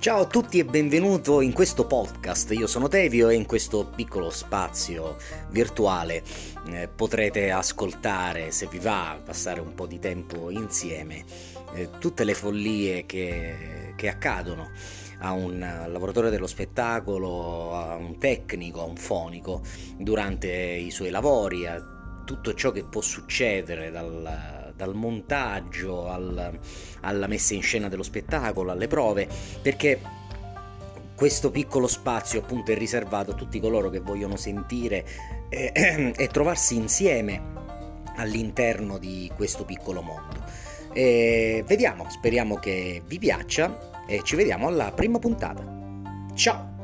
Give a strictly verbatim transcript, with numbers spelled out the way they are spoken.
Ciao a tutti e benvenuto in questo podcast. Io sono Tevio e in questo piccolo spazio virtuale eh, potrete ascoltare, se vi va, passare un po' di tempo insieme, eh, tutte le follie che, che accadono a un lavoratore dello spettacolo, a un tecnico, a un fonico durante i suoi lavori, a tutto ciò che può succedere dal, dal montaggio al, alla messa in scena dello spettacolo, alle prove, perché questo piccolo spazio appunto è riservato a tutti coloro che vogliono sentire eh, e trovarsi insieme all'interno di questo piccolo mondo. E vediamo, speriamo che vi piaccia e ci vediamo alla prima puntata. Ciao!